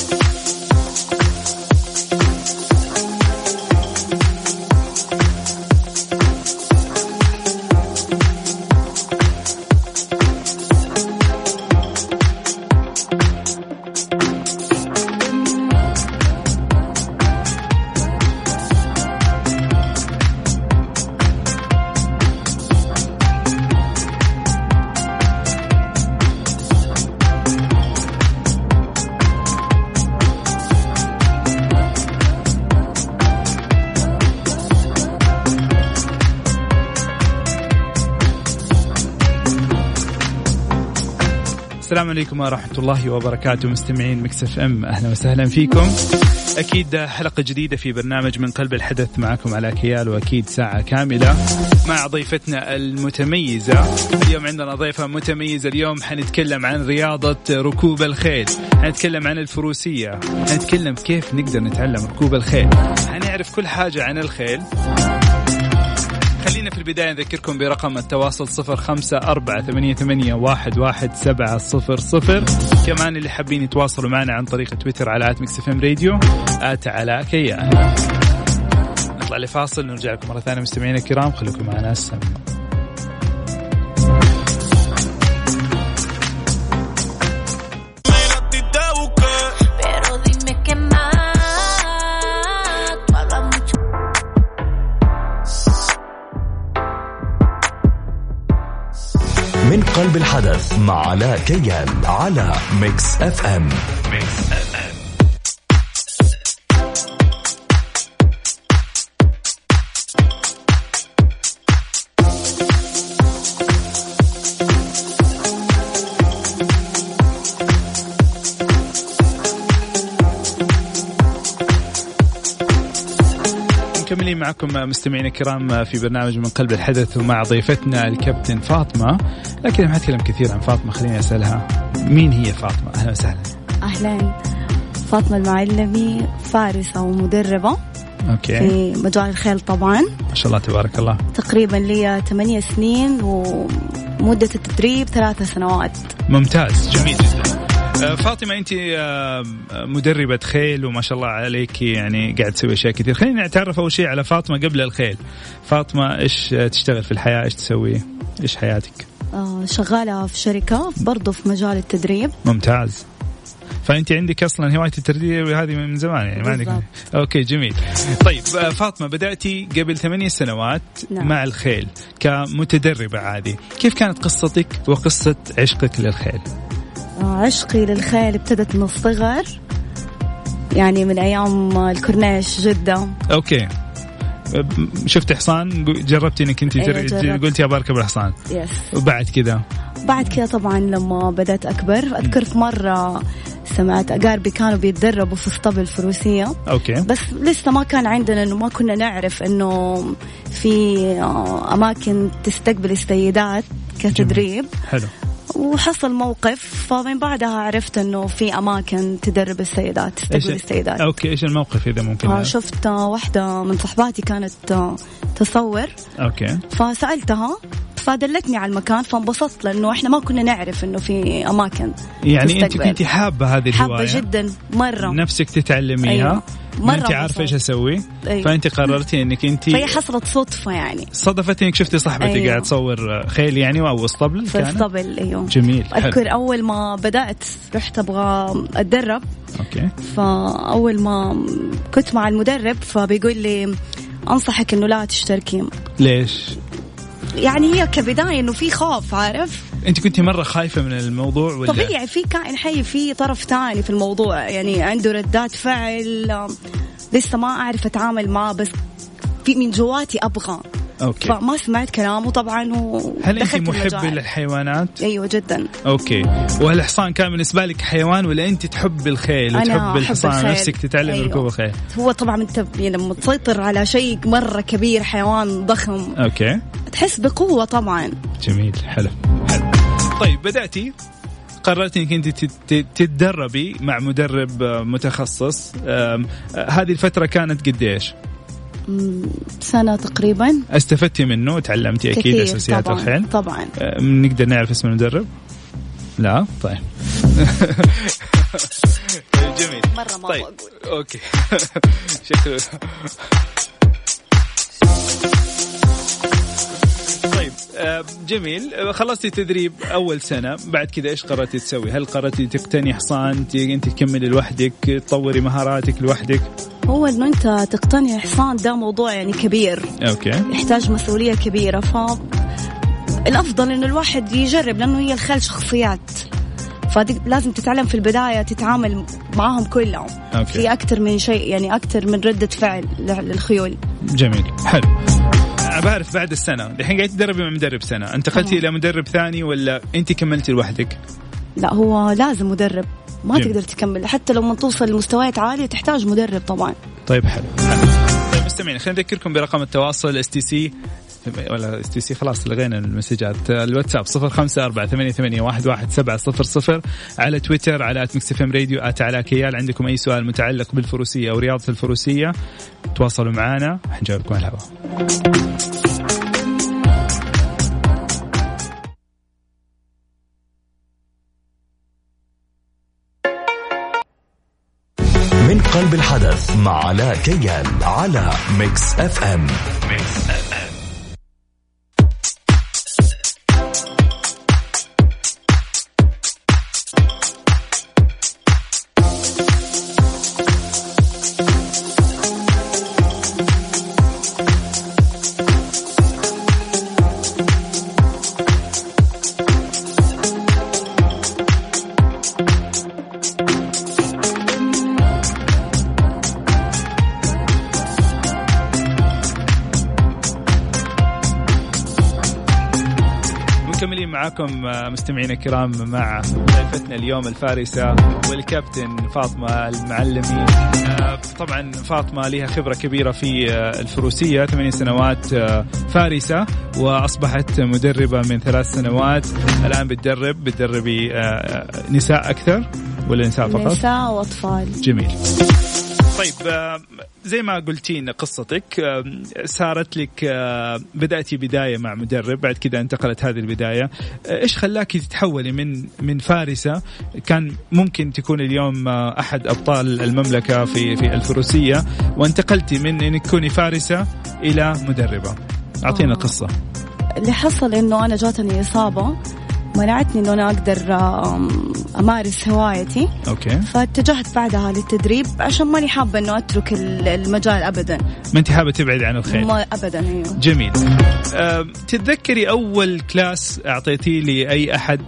السلام عليكم ورحمة الله وبركاته. مستمعين ميكس اف ام، أهلا وسهلا فيكم. أكيد حلقة جديدة في برنامج من قلب الحدث معكم على كيال، وأكيد ساعة كاملة مع ضيفتنا المتميزة. اليوم عندنا ضيفة متميزة. اليوم حنتكلم عن رياضة ركوب الخيل، حنتكلم عن الفروسية، حنتكلم كيف نقدر نتعلم ركوب الخيل، حنعرف كل حاجة عن الخيل. خلينا في البداية نذكركم برقم التواصل 0548811700. كمان اللي حابين يتواصلوا معنا عن طريق تويتر على @mixfmradio @على كيان. نطلع لفاصل نرجع لكم مرة ثانية مستمعينا الكرام، خليكم معنا السلام. من قلب الحدث مع علاء كيان على ميكس اف ام. مكملين معكم مستمعين الكرام في برنامج من قلب الحدث، ومع ضيفتنا الكابتن فاطمة. لكن ما أتكلم كثير عن فاطمة، خليني أسألها مين هي فاطمة. أهلا وسهلا. أهلا، فاطمة المعلمي، فارسة ومدربة في مجال الخيل. طبعا ما شاء الله تبارك الله. تقريبا لي 8 سنين ومدة التدريب 3 سنوات. ممتاز، جميل جدا. فاطمة أنت مدربة خيل وما شاء الله عليك، يعني قاعد تسوي أشياء كثير. خلينا نتعرف أول شيء على فاطمة قبل الخيل. فاطمة إيش تشتغل في الحياة، إيش تسوي، إيش حياتك؟ شغالة في شركة برضو في مجال التدريب. ممتاز. فأنت عندك أصلا هواية التدريب هذه من زمان يعني، ما عندك؟ أوكي جميل. طيب فاطمة، بدأتي قبل 8 سنوات نعم. مع الخيل كمتدربة عادي. كيف كانت قصتك وقصة عشقك للخيل؟ عشقي للخيل ابتدت من الصغر، يعني من أيام الكورنيش جدة. أوكي، شفت حصان جربتي انك انت قلتي ابى اركب الحصان. وبعد كذا طبعا لما بدأت اكبر، اذكر في مره سمعت اقاربي كانوا بيتدربوا في اسطبل فروسيه. اوكي، بس لسه ما كان عندنا، انه ما كنا نعرف انه في اماكن تستقبل السيدات كتدريب. حلو. وحصل موقف، فمن بعدها عرفت انه في اماكن تدرب السيدات، تستقبل السيدات. اوكي، ايش الموقف اذا ممكن؟ شفت واحده من صحباتي كانت تصور. اوكي، فسالتها فدلتني على المكان، فانبسطت لانه احنا ما كنا نعرف انه في اماكن. يعني تستقبل. انت كنتي حابه هذه الهوايه؟ حابه جدا مره، نفسك تتعلميها. أيوة. انت عارفه ايش اسوي. أيوة. فانت قررتي انك انت، فهي حصلت صدفه يعني، صدفت انك شفتي صاحبتي أيوة. قاعد تصور خيل يعني، او اسطبل. في اسطبل. ايوه جميل. اذكر اول ما بدات رحت ابغى اتدرب. اوكي، فاول ما كنت مع المدرب فبيقول لي انصحك انه لا تشتركي. ليش؟ يعني هي كبداية انه في خوف، عارف. انت كنتي مرة خايفة من الموضوع ولا؟ طبيعي، في كائن حي، في طرف تاني في الموضوع، يعني عنده ردات فعل لسه ما اعرف اتعامل معه، بس في من جواتي ابغى. اوكي، فما سمعت كلامه طبعا. هل انت محبة للحيوانات؟ ايوه جدا. اوكي، والحصان كان بالنسبة لك حيوان ولا انت تحب الخيل وتحب الحصان نفسك تتعلم أيوة. ركوب الخيل؟ هو طبعا انت لما تسيطر على شيء مرة كبير، حيوان ضخم، اوكي، تحس بقوة طبعا. جميل، حلو. طيب بدأتي، قررت انك انت تتدربي مع مدرب متخصص. هذه الفترة كانت قديش؟ سنة تقريبا. استفدتي منه وتعلمتي أكيد أساسيات الخيل؟ طبعا. نقدر نعرف اسم المدرب؟ لا؟ طيب جميل مرة ما طيب. بقول. أوكي شكله. طيب جميل. خلصتي تدريب أول سنة، بعد كذا إيش قررتي تسوي؟ هل قررتي تقتني حصان أنت تكملي لوحدك، تطوري مهاراتك لوحدك؟ هو إنه أنت تقتني حصان ده موضوع يعني كبير، أوكي، يحتاج مسؤولية كبيرة، فالأفضل إنه الواحد يجرب، لأنه هي الخيل شخصيات، فلازم تتعلم في البداية تتعامل معهم كلهم. أوكي. في أكتر من شيء، يعني أكتر من ردة فعل للخيول. جميل حلو. بعرف بعد السنة الحين قاعد تدربي مع مدرب سنة، انتقلتي إلى مدرب ثاني ولا أنت كملتي لوحدك؟ لا، هو لازم مدرب، ما جميل. تقدر تكمل حتى لو من توصل لمستويات عالية تحتاج مدرب طبعا. طيب حلو. طيب مستمعين، خلينا نذكركم برقم التواصل STC ولا STC خلاص لغينا المسجات، الواتساب 0548811700، على تويتر على @mixfmradio @علاكيال. عندكم أي سؤال متعلق بالفروسية أو رياضة الفروسية تواصلوا معنا حنجاوبكم على الهواء. من قلب الحدث مع علاء كيال على ميكس اف ام. مكملين معكم مستمعين الكرام مع ضيفتنا اليوم الفارسة والكابتن فاطمة المعلمي. طبعا فاطمة لها خبرة كبيرة في الفروسية، 8 سنوات فارسة، وأصبحت مدربة من 3 سنوات. الآن بتدربي نساء أكثر ولا نساء فقط؟ نساء وأطفال. جميل. طيب زي ما قلتين قصتك صارت لك، بدأتي بداية مع مدرب، بعد كده انتقلت هذه البداية. إيش خلاكي تتحولي من فارسة كان ممكن تكون اليوم أحد أبطال المملكة في الفروسية، وانتقلتي من إنك تكوني فارسة إلى مدربة؟ أعطينا قصة. اللي حصل إنه أنا جاتني إصابة منعتني إنه أنا أقدر أمارس هوايتي. أوكي. فاتجهت بعدها للتدريب عشان ماني حابة إنه أترك المجال أبدا. ما أنت حابة تبعد عن الخيل؟ ما أبدا. أيوه. جميل. تتذكري أول كلاس أعطيتيه لأي أحد؟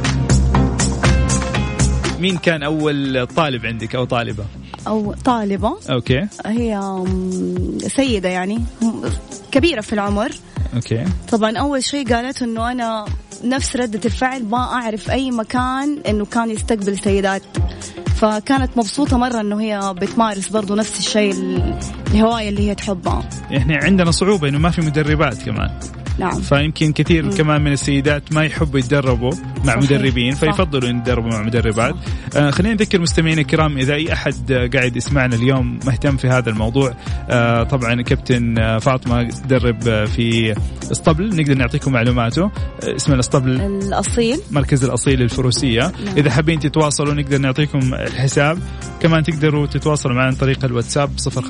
مين كان أول طالب عندك أو طالبة؟ أو طالبة. أوكي. هي سيدة يعني كبيرة في العمر. أوكي. طبعا أول شيء قالت إنه أنا نفس ردة الفعل، ما أعرف أي مكان إنه كان يستقبل سيدات، فكانت مبسوطة مرة إنه هي بتمارس برضو نفس الشيء، الهواية اللي هي تحبها. إحنا عندنا صعوبة إنه ما في مدربات كمان. نعم. فيمكن كثير كمان من السيدات ما يحبوا يتدربوا مع صحيح. مدربين، فيفضلوا ان يتدربوا مع مدربات. خلينا نذكر مستمعينا الكرام، اذا اي احد قاعد يسمعنا اليوم مهتم في هذا الموضوع، طبعا كابتن فاطمة تدرب في اسطبل، نقدر نعطيكم معلوماته، اسم الاسطبل الأصيل، مركز الأصيل للفروسية. نعم. اذا حابين تتواصلوا نقدر نعطيكم الحساب، كمان تقدروا تتواصلوا معنا عن طريق الواتساب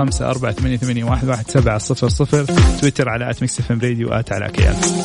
0548811700، تويتر على @mixfmradio @علاكيال.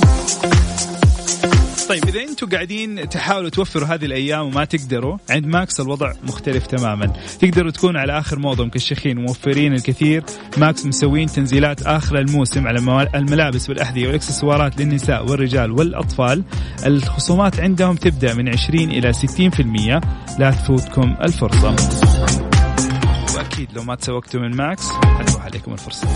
طيب إذا أنتم قاعدين تحاولوا توفروا هذه الأيام وما تقدروا، عند ماكس الوضع مختلف تماما. تقدروا تكونوا على آخر موضة مكشخين وموفرين الكثير. ماكس مسوين تنزيلات آخر الموسم على الملابس والأحذية والإكسسوارات للنساء والرجال والأطفال. الخصومات عندهم تبدأ من 20 إلى 60%، لا تفوتكم الفرصة. وأكيد لو ما تسوقتوا من ماكس حتروح عليكم الفرصة.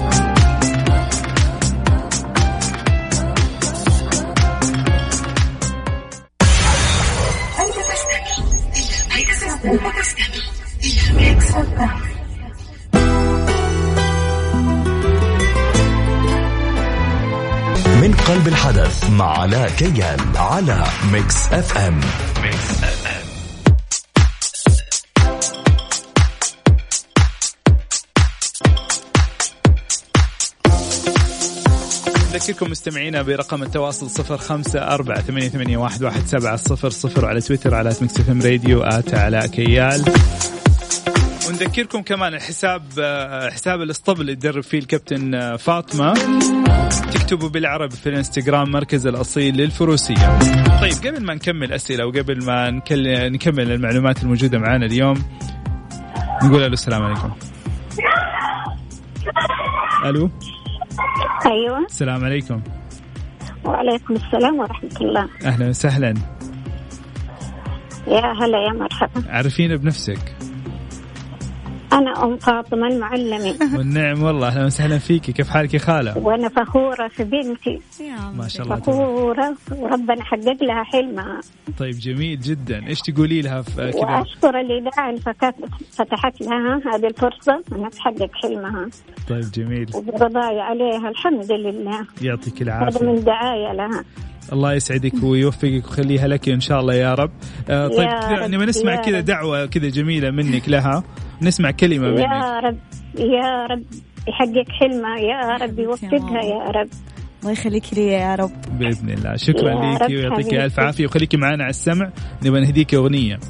من قلب الحدث مع علاء كيال على ميكس اف ام. أذكركم مستمعينا برقم التواصل 0548811700، وعلى تويتر على @mixfmradio @علاء كيال. نذكركم كمان الحساب حساب الاسطبل اللي تدرب فيه الكابتن فاطمة، تكتبوا بالعربي في الانستغرام مركز الأصيل للفروسية. طيب قبل ما نكمل أسئلة وقبل ما نكمل المعلومات الموجودة معنا اليوم، نقول ألو السلام عليكم. ألو. أيوة. السلام عليكم. وعليكم السلام ورحمة الله. أهلا وسهلا. يا هلا يا مرحبا. عرفينا بنفسك. أنا أم فاطمة المعلمة. والنعم والله، أهلا وسهلا فيكي. كيف حالك يا خالة؟ وأنا فخورة في بنتي. ما شاء الله. فخورة وربنا حقق لها حلمها. طيب جميل جدا. إيش تقولي لها كذا؟ وأشكر الإذاعة اللي فتحت لها هذه الفرصة أنها تحقق حلمها. طيب جميل. وبرضاي عليها الحمد لله. يعطيك العافية. هذا من دعاية لها. الله يسعدك ويوفقك وخليها لك إن شاء الله يا رب. طيب نبغى نسمع كذا دعوة كذا جميلة منك لها، نسمع كلمة منك. يا رب يا رب يحقق حلمها، يا رب يوفقها يا رب. الله يخليك لي يا رب بإذن الله. شكرا لك ويعطيك ألف عافية وخليكي معنا على السمع. نبغى نهديك أغنية.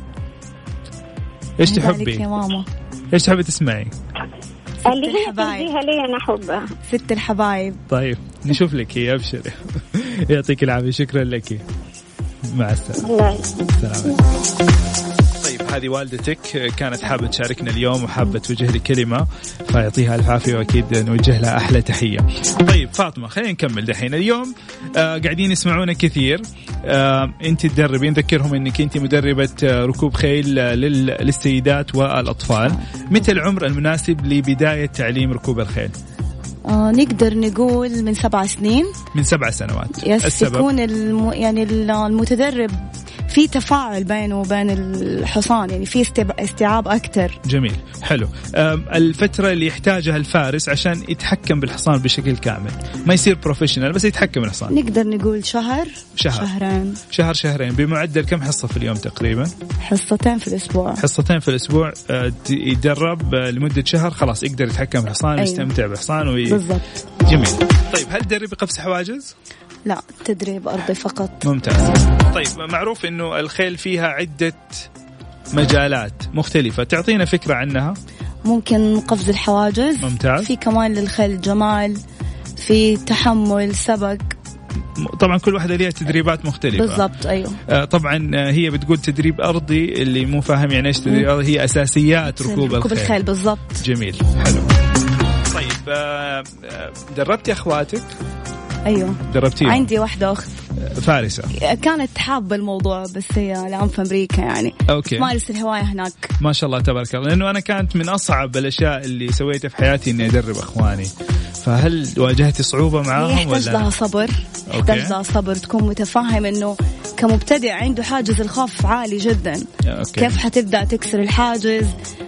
إيش تحبي يا ماما؟ إيش تحبي تسمعي؟ اللي هي تديها لي أنا أحبها. ست الحبايب. طيب نشوف لك هي. أبشري. يعطيك العافية. شكرا لك. مع السلامة. السلام. طيب هذه والدتك كانت حابة تشاركنا اليوم وحابة توجه لي كلمة، فيعطيها ألف عافية وأكيد نوجه لها أحلى تحية. طيب فاطمة خلينا نكمل دحين. اليوم قاعدين يسمعونا كثير. أنت تدربين، نذكرهم أنك أنت مدربة ركوب خيل للسيدات والأطفال. متى العمر المناسب لبداية تعليم ركوب الخيل؟ نقدر نقول من 7 سنين. من 7 سنوات. يكون يعني المتدرب في تفاعل بينه وبين الحصان، يعني في استيعاب أكتر. جميل. حلو. الفترة اللي يحتاجها الفارس عشان يتحكم بالحصان بشكل كامل، ما يصير بروفيشنال بس يتحكم بالحصان، نقدر نقول شهر شهرين. بمعدل كم حصة في اليوم تقريبا؟ 2 في الأسبوع. 2 في الأسبوع. يدرب لمدة شهر، خلاص يقدر يتحكم بالحصان ويستمتع بالحصان بالضبط. جميل. طيب هل تدربي قفز حواجز؟ لا، تدريب أرضي فقط. ممتاز. طيب معروف إنه الخيل فيها عدة مجالات مختلفة، تعطينا فكرة عنها؟ ممكن قفز الحواجز. ممتاز. في كمان للخيل جمال، في تحمل، سبق. طبعا كل واحدة ليها تدريبات مختلفة. بالضبط. أيوه. طبعا هي بتقول تدريب أرضي، اللي مو فاهم يعني إيش تدريب أرضي، هي أساسيات ركوب الخيل. بالضبط. جميل. حلو. طيب دربتي أخواتك؟ أيوه دربتيها؟ عندي واحدة أخت فارسة، كانت حابة الموضوع بس هي الآن في أمريكا يعني. أوكي. مارس الهواية هناك. ما شاء الله تبارك الله. لأنه أنا كانت من أصعب الأشياء اللي سويتها في حياتي إني أدرب أخواني، فهل واجهتي صعوبة معاهم؟ يحتاج لها صبر. يحتاج لها صبر، تكون متفاهم إنه كمبتدئ عنده حاجز الخوف عالي جدا. أوكي. كيف حتبدأ تكسر الحاجز؟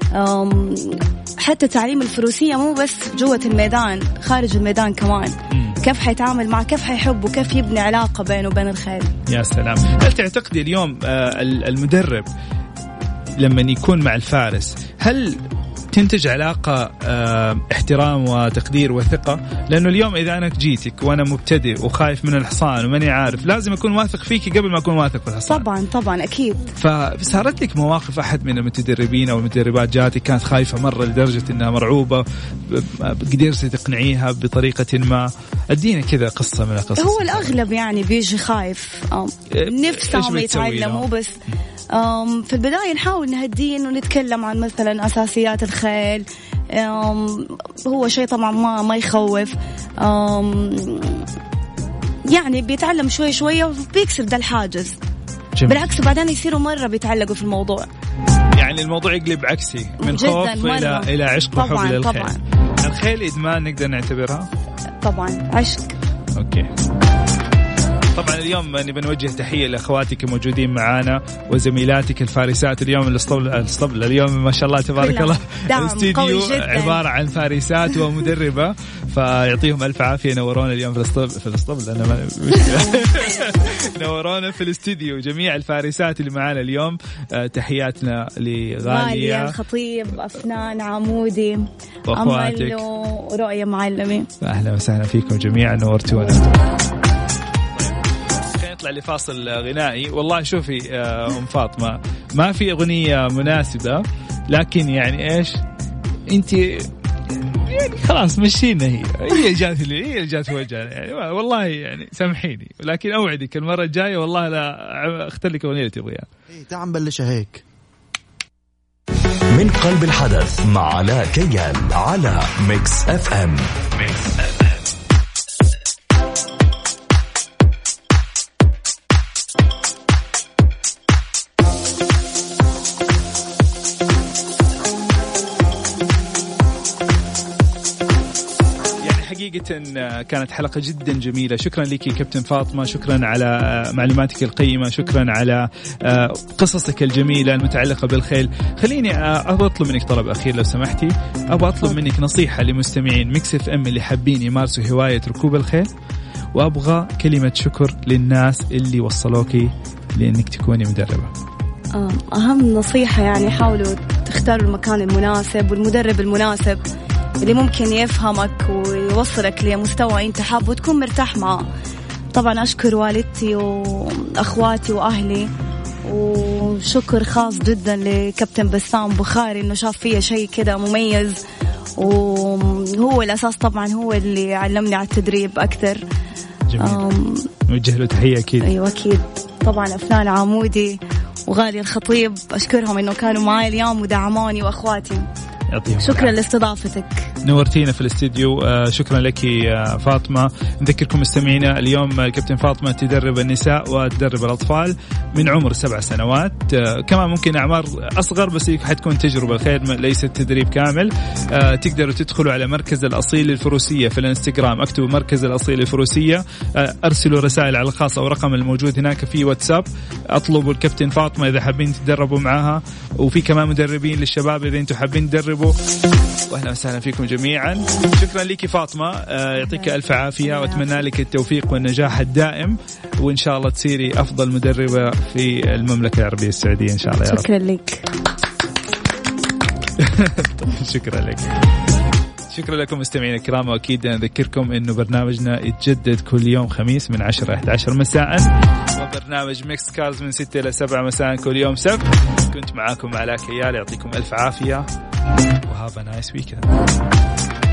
حتى تعليم الفروسية مو بس جوة الميدان، خارج الميدان كمان. كيف حيتعامل معه، كيف حيحبه، كيف يبني علاقة بينه وبين الخيل. يا سلام. هل تعتقدي اليوم المدرب لما يكون مع الفارس هل تنتج علاقة احترام وتقدير وثقة؟ لأنه اليوم إذا أنا جيتك وأنا مبتدئ وخايف من الحصان وماني عارف، لازم أكون واثق فيكي قبل ما أكون واثق في الحصان. طبعا أكيد. فصارت لك مواقف أحد من المتدربين أو المتدربات جاتك كانت خايفة مرة لدرجة أنها مرعوبة، قدرتي تقنعيها بطريقة ما؟ أدينا كذا قصة من القصص. هو الأغلب يعني بيجي خايف، نفسهم يتعلموا بس في البداية نحاول نهديه إنه نتكلم عن مثلا أساسيات الخيل. هو شيء طبعا ما يخوف، يعني بيتعلم شوي شوية وبيكسر ده الحاجز. جميل. بالعكس بعدين يصيروا مرة بيتعلقوا في الموضوع، يعني الموضوع يقلب عكسي من خوف إلى عشق وحب للخيل. طبعا. الخيل إدمان نقدر نعتبرها؟ طبعا عشق. أوكي. طبعا اليوم نبي نوجه تحية لأخواتك الموجودين معانا وزميلاتك الفارسات. اليوم الاسطبل اليوم ما شاء الله تبارك الله الاستديو عبارة عن فارسات ومدربة، فيعطيهم ألف عافية. نورونا اليوم في الاسطبل أنا ما مشكلة. نورونا في الاستديو جميع الفارسات اللي معانا اليوم. تحياتنا لغالية الخطيب، أفنان عمودي، وأخواتك ورؤية معلمي. أهلا وسهلا فيكم جميعا، نورتونا. نطلع لفاصل غنائي. والله شوفي أم فاطمة، ما في أغنية مناسبة، لكن يعني إيش انت يعني خلاص مشينا، هي جات وجهها يعني والله يعني سامحيني، ولكن اوعدك المره الجايه والله لا اختار لك اغنيه اللي تبغيها. تعال نبلشها هيك. من قلب الحدث مع علاء كيال على ميكس اف ام. حقيقة كانت حلقة جدا جميلة. شكرا لك كابتن فاطمة، شكرا على معلوماتك القيمة، شكرا على قصصك الجميلة المتعلقة بالخيل. خليني أطلب منك طلب أخير لو سمحتي، أبغى أطلب منك نصيحة لمستمعين ميكس اف ام اللي حابين يمارسوا هواية ركوب الخيل، وأبغى كلمة شكر للناس اللي وصلوكي لأنك تكوني مدربة. أهم نصيحة يعني حاولوا تختاروا المكان المناسب والمدرب المناسب اللي ممكن يفهمك ويوصلك لمستوى انت حابه وتكون مرتاح معه. طبعا أشكر والدتي وأخواتي وأهلي، وشكر خاص جدا لكابتن بسام بخاري إنه شاف فيه شيء كده مميز، وهو الأساس طبعا، هو اللي علمني على التدريب أكثر. جميل. نوجه له تحية أكيد. أيوة أكيد. طبعا أفنان عمودي وغالي الخطيب، أشكرهم إنه كانوا معي اليوم ودعموني، وأخواتي. شكرا لاستضافتك، نورتينا في الاستديو. شكرا لك فاطمة. نذكركم مستمعينا اليوم كابتن فاطمة تدرب النساء وتدرب الأطفال من عمر 7 سنوات، كمان ممكن أعمار أصغر بس حتكون تجربة الخير ليست تدريب كامل. تقدروا تدخلوا على مركز الأصيل الفروسية في الانستغرام، اكتبوا مركز الأصيل الفروسية، أرسلوا رسائل على الخاص أو رقم الموجود هناك في واتساب، أطلبوا الكابتن فاطمة إذا حابين تدربوا معها، وفي كمان مدربين للشباب إذا أنتم حابين تدربوا. واهلا وسهلا فيكم جميعا. شكرا لك فاطمة، يعطيك الف عافية واتمنى لك التوفيق والنجاح الدائم، وان شاء الله تصيري افضل مدربة في المملكة العربية السعودية ان شاء الله يا رب. شكرا لك. شكرا لك. شكرا لكم مستمعين الكرام، واكيد نذكركم انه برنامجنا يتجدد كل يوم خميس من 10 إلى 11 مساء، وبرنامج ميكس كارز من 6 إلى 7 مساء كل يوم سبت. كنت معاكم علاء كيال، يعطيكم الف عافية وهاف ا نايس ويكند.